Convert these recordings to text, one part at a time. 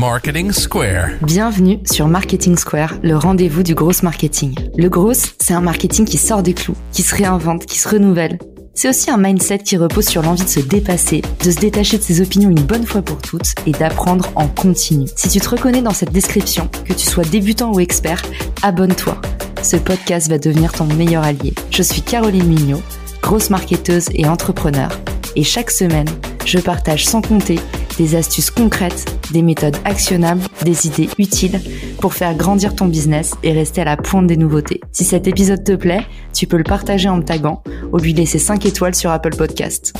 Marketing Square. Bienvenue sur Marketing Square, le rendez-vous du growth marketing. Le growth, c'est un marketing qui sort des clous, qui se réinvente, qui se renouvelle. C'est aussi un mindset qui repose sur l'envie de se dépasser, de se détacher de ses opinions une bonne fois pour toutes et d'apprendre en continu. Si tu te reconnais dans cette description, que tu sois débutant ou expert, abonne-toi. Ce podcast va devenir ton meilleur allié. Je suis Caroline Mignot, grosse marketeuse et entrepreneur. Et chaque semaine, je partage sans compter des astuces concrètes, des méthodes actionnables, des idées utiles pour faire grandir ton business et rester à la pointe des nouveautés. Si cet épisode te plaît, tu peux le partager en me taguant ou lui laisser 5 étoiles sur Apple Podcast.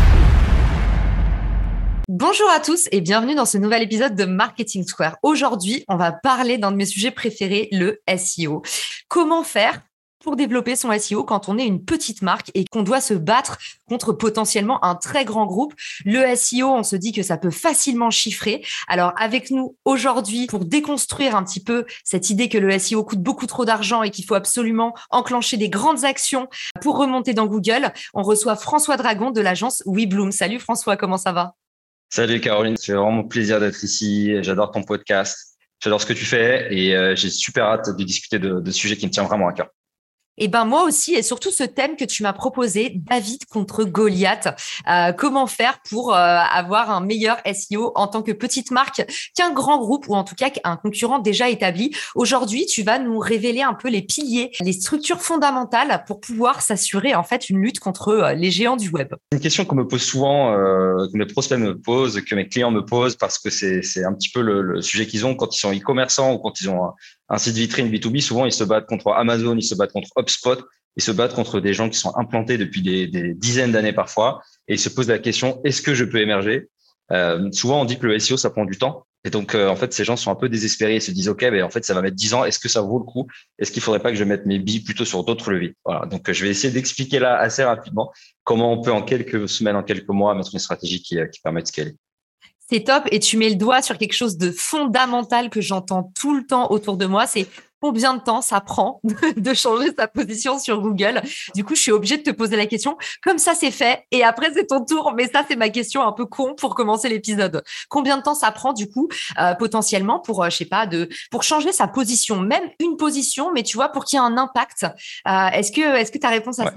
Bonjour à tous et bienvenue dans ce nouvel épisode de Marketing Square. Aujourd'hui, on va parler d'un de mes sujets préférés, le SEO. Comment faire pour développer son SEO quand on est une petite marque et qu'on doit se battre contre potentiellement un très grand groupe. Le SEO, on se dit que ça peut facilement chiffrer. Alors avec nous aujourd'hui pour déconstruire un petit peu cette idée que le SEO coûte beaucoup trop d'argent et qu'il faut absolument enclencher des grandes actions pour remonter dans Google, on reçoit François Dragon de l'agence WeBloom. Salut François, comment ça va ? Salut Caroline, c'est vraiment plaisir d'être ici. J'adore ton podcast, j'adore ce que tu fais et j'ai super hâte de discuter de ce sujet qui me tient vraiment à cœur. Et ben moi aussi, et surtout ce thème que tu m'as proposé, David contre Goliath. Comment faire pour avoir un meilleur SEO en tant que petite marque qu'un grand groupe ou en tout cas qu'un concurrent déjà établi. Aujourd'hui, tu vas nous révéler un peu les piliers, les structures fondamentales pour pouvoir s'assurer en fait une lutte contre les géants du web. C'est une question qu'on me pose souvent, que mes prospects me posent, que mes clients me posent parce que c'est un petit peu le sujet qu'ils ont quand ils sont e-commerçants ou quand ils ont un site vitrine B2B. Souvent, ils se battent contre Amazon, ils se battent contre HubSpot, ils se battent contre des gens qui sont implantés depuis des dizaines d'années parfois et ils se posent la question, est-ce que je peux émerger ? Souvent, on dit que le SEO, ça prend du temps. Et donc, en fait, ces gens sont un peu désespérés. Ils se disent, OK, en fait, ça va mettre 10 ans. Est-ce que ça vaut le coup ? Est-ce qu'il faudrait pas que je mette mes billes plutôt sur d'autres leviers ? Voilà. Donc, je vais essayer d'expliquer là assez rapidement comment on peut en quelques semaines, en quelques mois, mettre une stratégie qui permet de scaler. C'est top et tu mets le doigt sur quelque chose de fondamental que j'entends tout le temps autour de moi, c'est combien de temps ça prend de changer sa position sur Google. Du coup, je suis obligée de te poser la question. Comme ça, c'est fait et après, c'est ton tour. Mais ça, c'est ma question un peu con pour commencer l'épisode. Combien de temps ça prend du coup potentiellement pour, je sais pas, pour changer sa position, même une position, mais tu vois, pour qu'il y ait un impact. Est-ce que tu as réponse à ça ?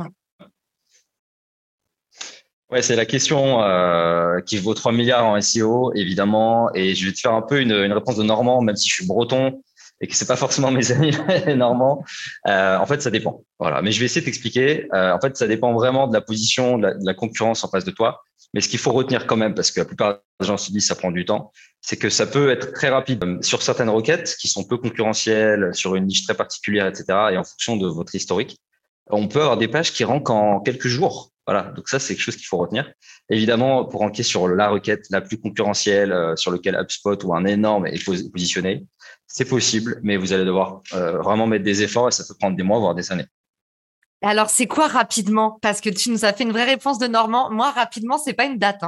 Ouais, c'est la question qui vaut 3 milliards en SEO, évidemment. Et je vais te faire un peu une réponse de Normand, même si je suis breton et que c'est pas forcément mes amis normands. En fait, ça dépend. Voilà. Mais je vais essayer de t'expliquer. En fait, ça dépend vraiment de la position, de la concurrence en face de toi. Mais ce qu'il faut retenir quand même, parce que la plupart des gens se disent ça prend du temps, c'est que ça peut être très rapide sur certaines requêtes qui sont peu concurrentielles, sur une niche très particulière, etc. Et en fonction de votre historique, on peut avoir des pages qui rankent en quelques jours. Voilà, donc ça, c'est quelque chose qu'il faut retenir. Évidemment, pour ranker sur la requête la plus concurrentielle, sur lequel HubSpot ou un énorme est positionné, c'est possible, mais vous allez devoir vraiment mettre des efforts et ça peut prendre des mois, voire des années. Alors, c'est quoi rapidement ? Parce que tu nous as fait une vraie réponse de Normand. Moi, rapidement, c'est pas une date.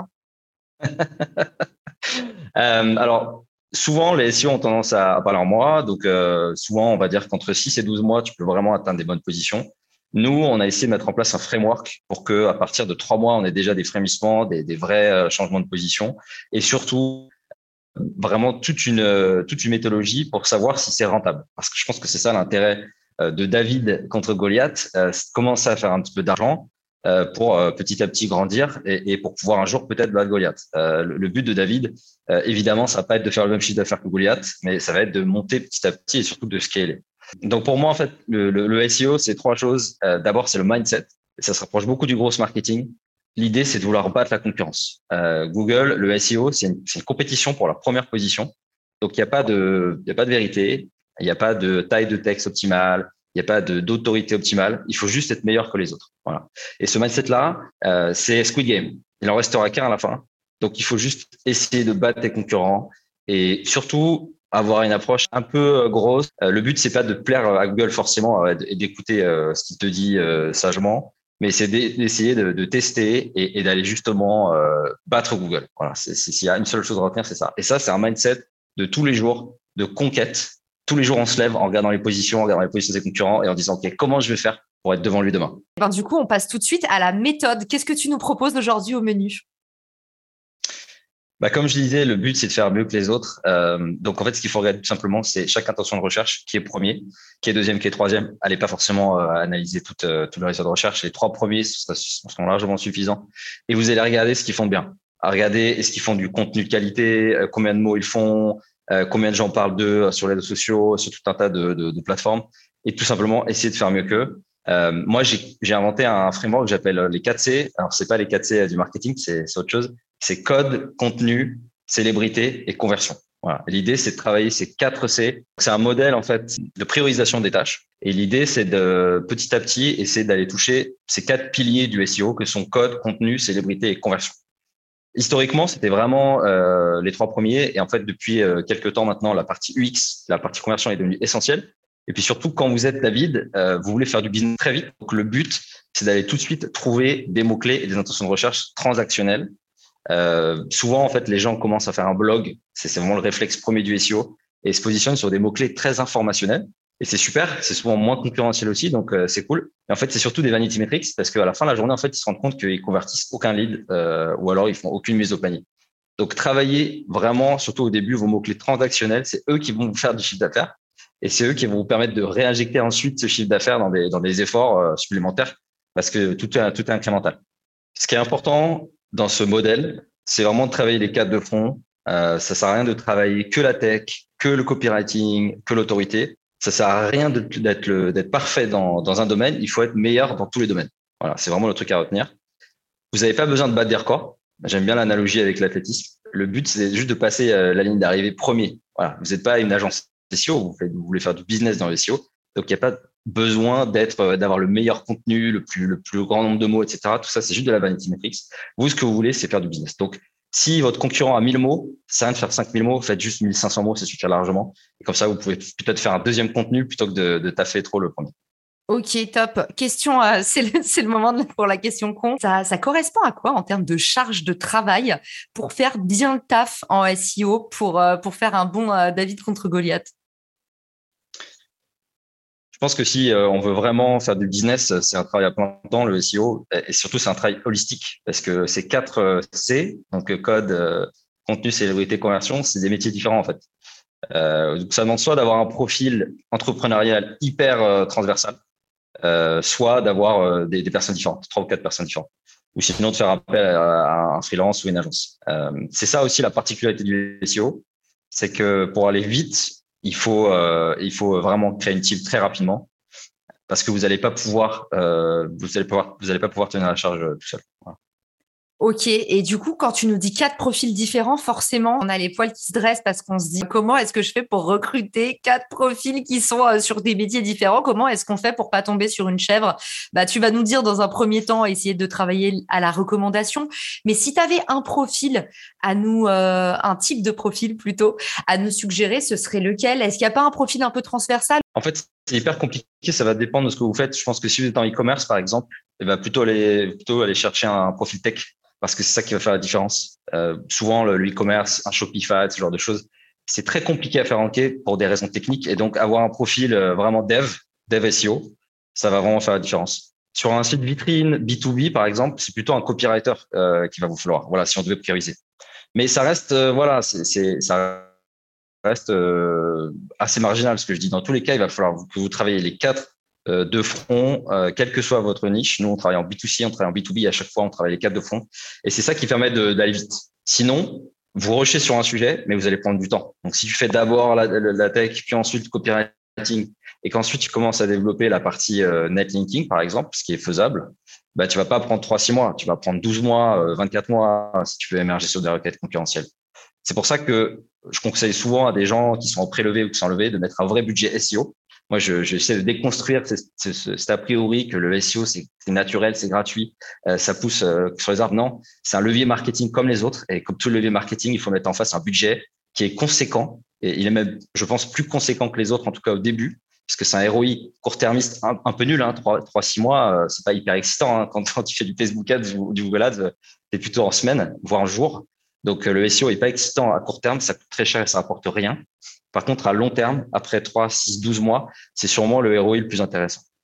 Alors, souvent, les SEO ont tendance à parler en mois. Donc, souvent, on va dire qu'entre 6 et 12 mois, tu peux vraiment atteindre des bonnes positions. Nous, on a essayé de mettre en place un framework pour que, à partir de 3 mois, on ait déjà des frémissements, des vrais changements de position et surtout vraiment toute une méthodologie pour savoir si c'est rentable. Parce que je pense que c'est ça l'intérêt de David contre Goliath, commencer à faire un petit peu d'argent pour petit à petit grandir et pour pouvoir un jour peut-être battre Goliath. Le but de David, évidemment, ça va pas être de faire le même chiffre d'affaires que Goliath, mais ça va être de monter petit à petit et surtout de scaler. Donc pour moi, en fait, le SEO, c'est 3 choses. D'abord, c'est le mindset. Ça se rapproche beaucoup du gross marketing. L'idée, c'est de vouloir battre la concurrence. Google, le SEO, c'est une compétition pour la première position. Donc il n'y a pas de vérité, il n'y a pas de taille de texte optimale, il n'y a pas d'autorité optimale. Il faut juste être meilleur que les autres. Voilà. Et ce mindset-là, c'est Squid Game. Il en restera qu'un à la fin. Donc il faut juste essayer de battre tes concurrents et surtout avoir une approche un peu grosse. Le but, c'est pas de plaire à Google forcément et d'écouter ce qu'il te dit sagement, mais c'est d'essayer de tester et d'aller justement battre Google. Voilà, s'il y a une seule chose à retenir, c'est ça. Et ça, c'est un mindset de tous les jours, de conquête. Tous les jours, on se lève en regardant les positions, en regardant les positions des concurrents et en disant, OK, comment je vais faire pour être devant lui demain ? Du coup, on passe tout de suite à la méthode. Qu'est-ce que tu nous proposes aujourd'hui au menu ? Comme je disais, le but, c'est de faire mieux que les autres. Donc, en fait, ce qu'il faut regarder tout simplement, c'est chaque intention de recherche, qui est premier, qui est deuxième, qui est troisième. Allez pas forcément analyser tout le réseau de recherche. Les trois premiers sont largement suffisants. Et vous allez regarder ce qu'ils font de bien. À regarder, est-ce qu'ils font du contenu de qualité, combien de mots ils font, combien de gens parlent d'eux sur les réseaux sociaux, sur tout un tas de plateformes. Et tout simplement, essayer de faire mieux qu'eux. Moi, j'ai inventé un framework que j'appelle les 4 C. Alors, c'est pas les 4 C du marketing, c'est autre chose. C'est code, contenu, célébrité et conversion. Voilà. L'idée, c'est de travailler ces 4 C. C'est un modèle, en fait, de priorisation des tâches. Et l'idée, c'est de, petit à petit, essayer d'aller toucher ces 4 piliers du SEO que sont code, contenu, célébrité et conversion. Historiquement, c'était vraiment les 3 premiers. Et en fait, depuis quelques temps maintenant, la partie UX, la partie conversion est devenue essentielle. Et puis surtout, quand vous êtes David, vous voulez faire du business très vite. Donc, le but, c'est d'aller tout de suite trouver des mots-clés et des intentions de recherche transactionnelles. Souvent, en fait, les gens commencent à faire un blog. C'est vraiment le réflexe premier du SEO et se positionnent sur des mots-clés très informationnels. Et c'est super. C'est souvent moins concurrentiel aussi. Donc, c'est cool. Et en fait, c'est surtout des vanity metrics parce qu'à la fin de la journée, en fait, ils se rendent compte qu'ils convertissent aucun lead ou alors ils font aucune mise au panier. Donc, travaillez vraiment, surtout au début, vos mots-clés transactionnels. C'est eux qui vont vous faire du chiffre d'affaires. Et c'est eux qui vont vous permettre de réinjecter ensuite ce chiffre d'affaires dans des efforts supplémentaires parce que tout est incrémental. Ce qui est important dans ce modèle, c'est vraiment de travailler les cadres de front. Ça sert à rien de travailler que la tech, que le copywriting, que l'autorité. Ça sert à rien d'être parfait dans un domaine. Il faut être meilleur dans tous les domaines. Voilà, c'est vraiment le truc à retenir. Vous n'avez pas besoin de battre des records. J'aime bien l'analogie avec l'athlétisme. Le but, c'est juste de passer la ligne d'arrivée premier. Voilà, vous n'êtes pas une agence SEO, vous voulez faire du business dans le SEO. Donc, il n'y a pas besoin d'avoir le meilleur contenu, le plus grand nombre de mots, etc. Tout ça, c'est juste de la vanity metrics. Vous, ce que vous voulez, c'est faire du business. Donc, si votre concurrent a 1000 mots, ça rien de faire 5000 mots, faites juste 1500 mots, ça suffit largement. Et comme ça, vous pouvez peut-être faire un deuxième contenu plutôt que de taffer trop le premier. Ok, top. Question, c'est le moment pour la question con. Ça correspond à quoi en termes de charge de travail pour faire bien le taf en SEO, pour faire un bon David contre Goliath? Je pense que si on veut vraiment faire du business, c'est un travail à plein temps, le SEO, et surtout c'est un travail holistique parce que ces 4 C, donc code, contenu, célébrité, conversion, c'est des métiers différents en fait. Donc ça demande soit d'avoir un profil entrepreneurial hyper transversal, soit d'avoir des personnes différentes, 3 ou 4 personnes différentes, ou sinon de faire appel à un freelance ou une agence. C'est ça aussi la particularité du SEO, c'est que pour aller vite, il faut vraiment créer une team très rapidement parce que vous allez pas pouvoir tenir la charge tout seul. Voilà. Ok, et du coup, quand tu nous dis 4 profils différents, forcément, on a les poils qui se dressent parce qu'on se dit comment est-ce que je fais pour recruter 4 profils qui sont sur des métiers différents? Comment est-ce qu'on fait pour pas tomber sur une chèvre? Tu vas nous dire dans un premier temps, essayer de travailler à la recommandation. Mais si tu avais un profil à nous, un type de profil plutôt, à nous suggérer, ce serait lequel? Est-ce qu'il n'y a pas un profil un peu transversal? En fait, c'est hyper compliqué, ça va dépendre de ce que vous faites. Je pense que si vous êtes en e-commerce, par exemple, plutôt aller chercher un profil tech parce que c'est ça qui va faire la différence. Souvent, le e-commerce, un Shopify, ce genre de choses, c'est très compliqué à faire ranker pour des raisons techniques. Et donc, avoir un profil vraiment dev SEO, ça va vraiment faire la différence. Sur un site vitrine B2B, par exemple, c'est plutôt un copywriter qui va vous falloir. Voilà, si on devait prioriser. Mais ça reste, ça reste assez marginal, ce que je dis. Dans tous les cas, il va falloir que vous travaillez les 4 de front, quelle que soit votre niche. Nous, on travaille en B2C, on travaille en B2B. À chaque fois, on travaille les 4 de front. Et c'est ça qui permet d'aller vite. Sinon, vous rushez sur un sujet, mais vous allez prendre du temps. Donc, si tu fais d'abord la tech, puis ensuite le copywriting, et qu'ensuite tu commences à développer la partie netlinking, par exemple, ce qui est faisable, tu vas pas prendre 3-6 mois. Tu vas prendre 12 mois, 24 mois si tu veux émerger sur des requêtes concurrentielles. C'est pour ça que je conseille souvent à des gens qui sont en prélevé ou qui sont enlevés de mettre un vrai budget SEO. Moi, j'essaie de déconstruire cet a priori que le SEO, c'est naturel, c'est gratuit, ça pousse sur les arbres. Non, c'est un levier marketing comme les autres. Et comme tout levier marketing, il faut mettre en face un budget qui est conséquent. Et il est même, je pense, plus conséquent que les autres, en tout cas au début, parce que c'est un ROI court-termiste un peu nul. 3-6 mois, c'est pas hyper excitant. Quand tu fais du Facebook Ads ou du Google Ads, t'es plutôt en semaine, voire en jour. Donc, le SEO est pas excitant à court terme, ça coûte très cher et ça rapporte rien. Par contre, à long terme, après 3, 6, 12 mois, c'est sûrement le ROI le plus intéressant.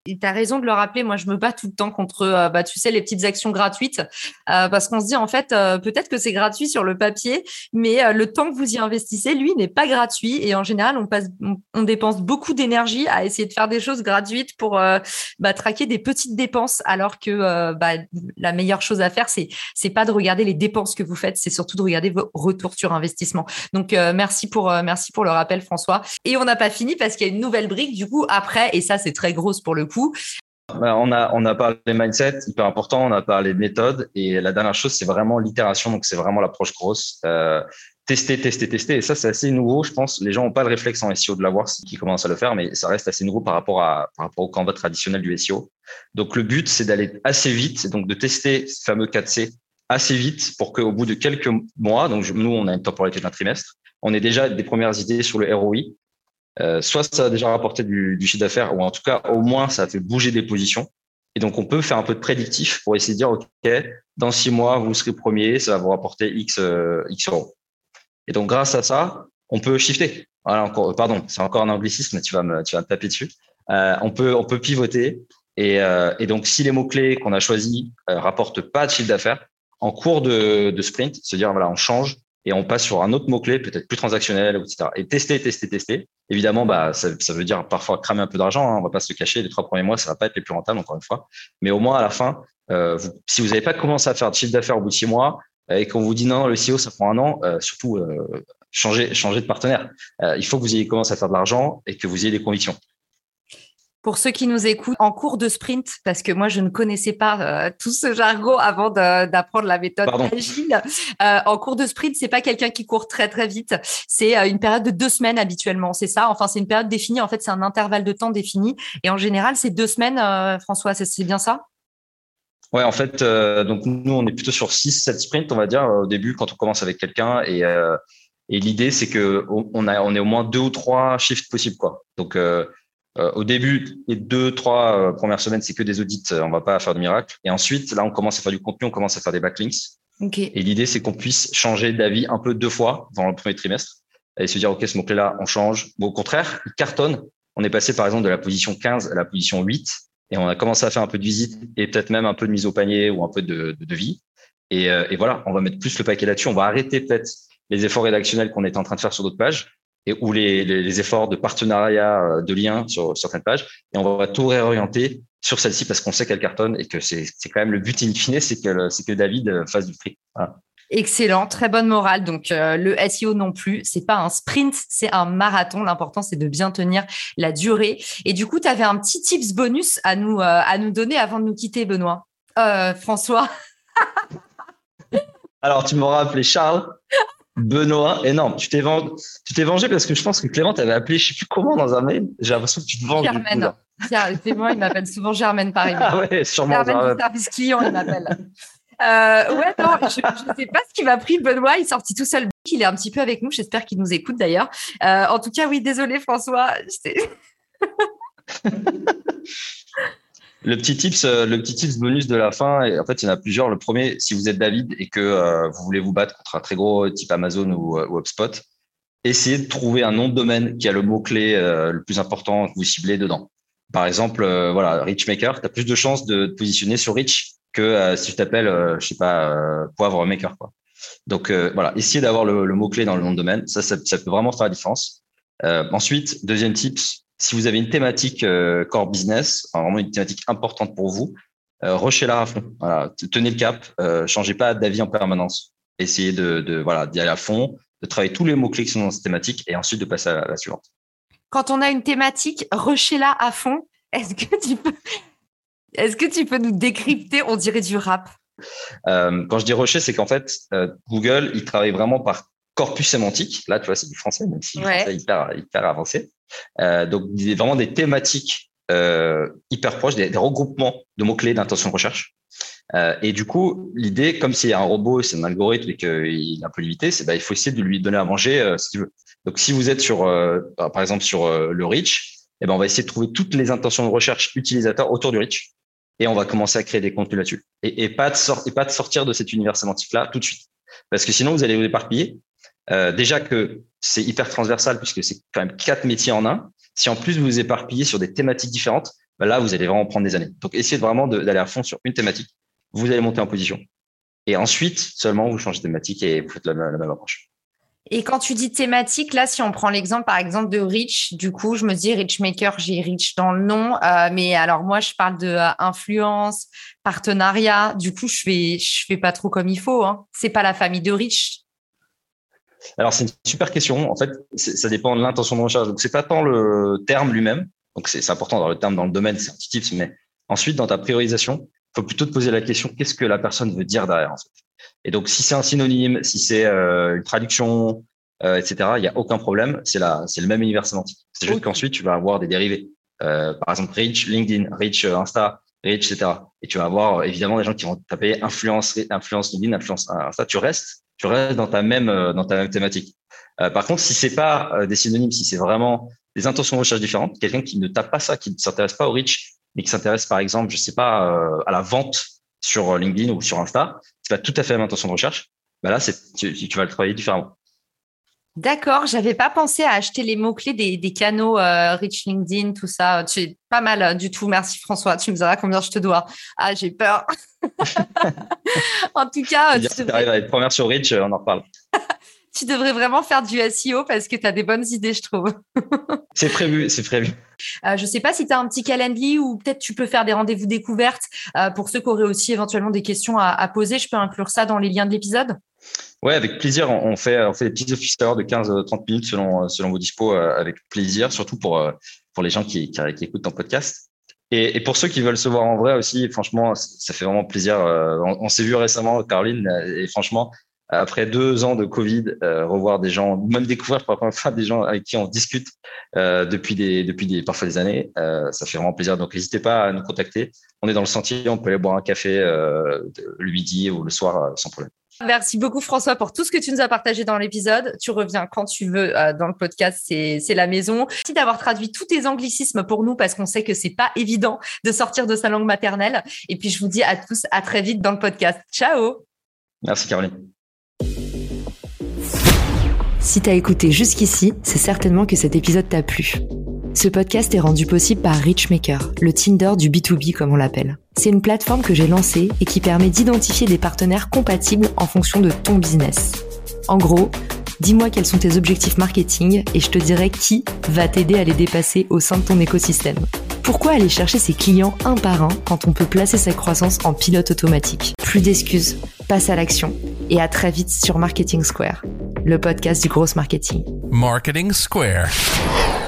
tu as raison de le rappeler. Moi, je me bats tout le temps contre, tu sais, les petites actions gratuites, parce qu'on se dit, en fait, peut-être que c'est gratuit sur le papier, mais le temps que vous y investissez, lui, n'est pas gratuit. Et en général, on dépense beaucoup d'énergie à essayer de faire des choses gratuites pour traquer des petites dépenses, alors que la meilleure chose à faire, c'est pas de regarder les dépenses que vous faites, c'est surtout de regarder vos retours sur investissement. Donc, merci pour le rappel, François. Et on n'a pas fini parce qu'il y a une nouvelle brique, du coup, après, et ça, c'est très grosse pour le coup. On a parlé mindset, hyper important, on a parlé de méthode, et la dernière chose, c'est vraiment l'itération, donc c'est vraiment l'approche grosse. Tester. Et ça, c'est assez nouveau, je pense. Les gens n'ont pas le réflexe en SEO de l'avoir, qui commencent à le faire, mais ça reste assez nouveau par rapport au Canva traditionnel du SEO. Donc, le but, c'est d'aller assez vite, donc de tester ce fameux 4C assez vite pour qu'au bout de quelques mois, donc nous, on a une temporalité d'un trimestre, on ait déjà des premières idées sur le ROI. Soit ça a déjà rapporté du chiffre d'affaires, ou en tout cas, au moins, ça a fait bouger des positions. Et donc, on peut faire un peu de prédictif pour essayer de dire, OK, dans 6 mois, vous serez premier, ça va vous rapporter X euros. Et donc, grâce à ça, on peut shifter. Voilà, c'est encore un anglicisme, tu vas me taper dessus. On peut pivoter. Et donc, si les mots-clés qu'on a choisis rapportent pas de chiffre d'affaires, en cours de sprint, se dire, voilà, on change et on passe sur un autre mot-clé, peut-être plus transactionnel, etc. Et tester. Évidemment, ça veut dire parfois cramer un peu d'argent, hein, on va pas se le cacher. Les 3 premiers mois, ça va pas être les plus rentables, encore une fois. Mais au moins, à la fin, si vous n'avez pas commencé à faire de chiffre d'affaires au bout de 6 mois, et qu'on vous dit non, le CEO, ça prend 1 an, surtout changer de partenaire. Il faut que vous ayez commencé à faire de l'argent et que vous ayez des convictions. Pour ceux qui nous écoutent, en cours de sprint, parce que moi, je ne connaissais pas tout ce jargon avant d'apprendre la méthode agile. En cours de sprint, c'est pas quelqu'un qui court très, très vite. C'est une période de 2 semaines habituellement, c'est ça. Enfin, c'est une période définie. En fait, c'est un intervalle de temps défini. Et en général, c'est 2 semaines, François, c'est bien ça? Ouais, en fait, donc nous, on est plutôt sur 6-7 sprints, on va dire, au début, quand on commence avec quelqu'un. Et l'idée, c'est que on est au moins 2 ou 3 shifts possibles, quoi. Donc, au début, les 2-3 premières semaines, c'est que des audits, on va pas faire de miracle. Et ensuite, là, on commence à faire du contenu, on commence à faire des backlinks. Okay. Et l'idée, c'est qu'on puisse changer d'avis un peu 2 fois dans le premier trimestre et se dire, OK, ce mot-clé-là, on change. Bon, au contraire, il cartonne. On est passé, par exemple, de la position 15 à la position 8 et on a commencé à faire un peu de visite et peut-être même un peu de mise au panier ou un peu de devis. Et voilà, on va mettre plus le paquet là-dessus. On va arrêter peut-être les efforts rédactionnels qu'on était en train de faire sur d'autres pages ou les efforts de partenariat, de lien sur certaines pages. Et on va tout réorienter sur celle-ci parce qu'on sait qu'elle cartonne et que c'est quand même le but in fine, c'est que David fasse du fric. Voilà. Excellent, très bonne morale. Donc, le SEO non plus, c'est pas un sprint, c'est un marathon. L'important, c'est de bien tenir la durée. Et du coup, tu avais un petit tips bonus à nous donner avant de nous quitter, Benoît. François. Alors, tu m'auras appelé Charles. Benoît, et non, tu t'es vengé parce que je pense que Clément t'avait appelé, je sais plus comment dans un mail. J'ai l'impression que tu te venges. Germaine. Clément, il m'appelle souvent Germaine par email. Ah ouais, sûrement. Germaine du service client, il m'appelle. Ouais, non, je sais pas ce qui m'a pris. Benoît, il est sorti tout seul. Il est un petit peu avec nous. J'espère qu'il nous écoute d'ailleurs. En tout cas, oui, désolé François. Le petit tips bonus de la fin, et en fait, il y en a plusieurs. Le premier, si vous êtes David et que vous voulez vous battre contre un très gros type Amazon ou HubSpot, essayez de trouver un nom de domaine qui a le mot-clé le plus important que vous ciblez dedans. Par exemple, voilà, Richmaker, tu as plus de chances de te positionner sur Rich que si tu t'appelles, je sais pas, Poivre Maker, quoi. Donc, voilà, essayez d'avoir le mot-clé dans le nom de domaine. Ça peut vraiment faire la différence. Ensuite, deuxième tips, si vous avez une thématique core business, enfin, vraiment une thématique importante pour vous, rushez-la à fond. Voilà, tenez le cap, changez pas d'avis en permanence. Essayez voilà, d'y aller à fond, de travailler tous les mots-clés qui sont dans cette thématique et ensuite de passer à la suivante. Quand on a une thématique, rushez-la à fond. Est-ce que tu peux nous décrypter, on dirait du rap? Quand je dis rusher, c'est qu'en fait, Google, il travaille vraiment par corpus sémantique. Là, tu vois, c'est du français, même si le français est hyper avancé. Donc, vraiment des thématiques hyper proches, des regroupements de mots-clés d'intention de recherche. Et du coup, l'idée, comme c'est un robot, c'est un algorithme et qu'il est un peu limité, c'est il faut essayer de lui donner à manger ce qu'il veut. Donc, si vous êtes par exemple sur le reach, on va essayer de trouver toutes les intentions de recherche utilisateurs autour du reach et on va commencer à créer des contenus là-dessus. Et pas de sortir de cet univers sémantique-là tout de suite. Parce que sinon, vous allez vous éparpiller. Déjà que c'est hyper transversal puisque c'est quand même 4 métiers en un. Si en plus vous vous éparpillez sur des thématiques différentes, bah là, vous allez vraiment prendre des années. Donc, essayez vraiment d'aller à fond sur une thématique. Vous allez monter en position. Et ensuite, seulement, vous changez de thématique et vous faites la même approche. Et quand tu dis thématique, là, si on prend l'exemple, par exemple, de Rich, du coup, je me dis Richmaker, j'ai Rich dans le nom. Mais alors, moi, je parle de influence, partenariat. Du coup, je fais pas trop comme il faut, hein. C'est pas la famille de Rich. Alors, c'est une super question. En fait, ça dépend de l'intention de recherche. Donc, c'est pas tant le terme lui-même. Donc, c'est important d'avoir le terme dans le domaine, c'est intuitif. Mais ensuite, dans ta priorisation, il faut plutôt te poser la question, qu'est-ce que la personne veut dire derrière, en fait. Et donc, si c'est un synonyme, si c'est une traduction, etc., il n'y a aucun problème. C'est le même univers sémantique. C'est juste qu'ensuite, tu vas avoir des dérivés. Par exemple, Rich LinkedIn, Rich Insta, Rich, etc. Et tu vas avoir évidemment des gens qui vont taper influence LinkedIn, influence Insta. Tu restes dans ta même thématique. Par contre, si c'est pas des synonymes, si c'est vraiment des intentions de recherche différentes, quelqu'un qui ne tape pas ça, qui ne s'intéresse pas au Rich, mais qui s'intéresse par exemple, je sais pas, à la vente sur LinkedIn ou sur Insta, c'est pas tout à fait la même intention de recherche. Bah là, tu vas le travailler différemment. D'accord, j'avais pas pensé à acheter les mots-clés des canaux Rich LinkedIn, tout ça. Tu es pas mal du tout. Merci François, tu me diras combien je te dois. Ah, j'ai peur. En tout cas, Si tu arrives à être première sur Rich, on en reparle. Tu devrais vraiment faire du SEO parce que tu as des bonnes idées, je trouve. C'est prévu. Je sais pas si tu as un petit calendrier ou peut-être tu peux faire des rendez-vous découvertes pour ceux qui auraient aussi éventuellement des questions à poser. Je peux inclure ça dans les liens de l'épisode. Ouais, avec plaisir. On fait des petits office hours de 15-30 minutes selon vos dispos, avec plaisir, surtout pour les gens qui écoutent ton podcast. Et pour ceux qui veulent se voir en vrai aussi, franchement, ça fait vraiment plaisir. On s'est vu récemment, Caroline, et franchement, après 2 ans de Covid, revoir des gens, même découvrir pour la première fois des gens avec qui on discute depuis parfois des années, ça fait vraiment plaisir. Donc, n'hésitez pas à nous contacter. On est dans le sentier, on peut aller boire un café le midi ou le soir sans problème. Merci beaucoup François pour tout ce que tu nous as partagé dans l'épisode. Tu reviens quand tu veux dans le podcast, c'est la maison. Merci d'avoir traduit tous tes anglicismes pour nous parce qu'on sait que c'est pas évident de sortir de sa langue maternelle. Et puis je vous dis à tous à très vite dans le podcast. Ciao. Merci Caroline. Si t'as écouté jusqu'ici, c'est certainement que cet épisode t'a plu. Ce podcast est rendu possible par Richmaker, le Tinder du B2B comme on l'appelle. C'est une plateforme que j'ai lancée et qui permet d'identifier des partenaires compatibles en fonction de ton business. En gros, dis-moi quels sont tes objectifs marketing et je te dirai qui va t'aider à les dépasser au sein de ton écosystème. Pourquoi aller chercher ses clients un par un quand on peut placer sa croissance en pilote automatique ? Plus d'excuses, passe à l'action et à très vite sur Marketing Square, le podcast du gros marketing. Marketing Square.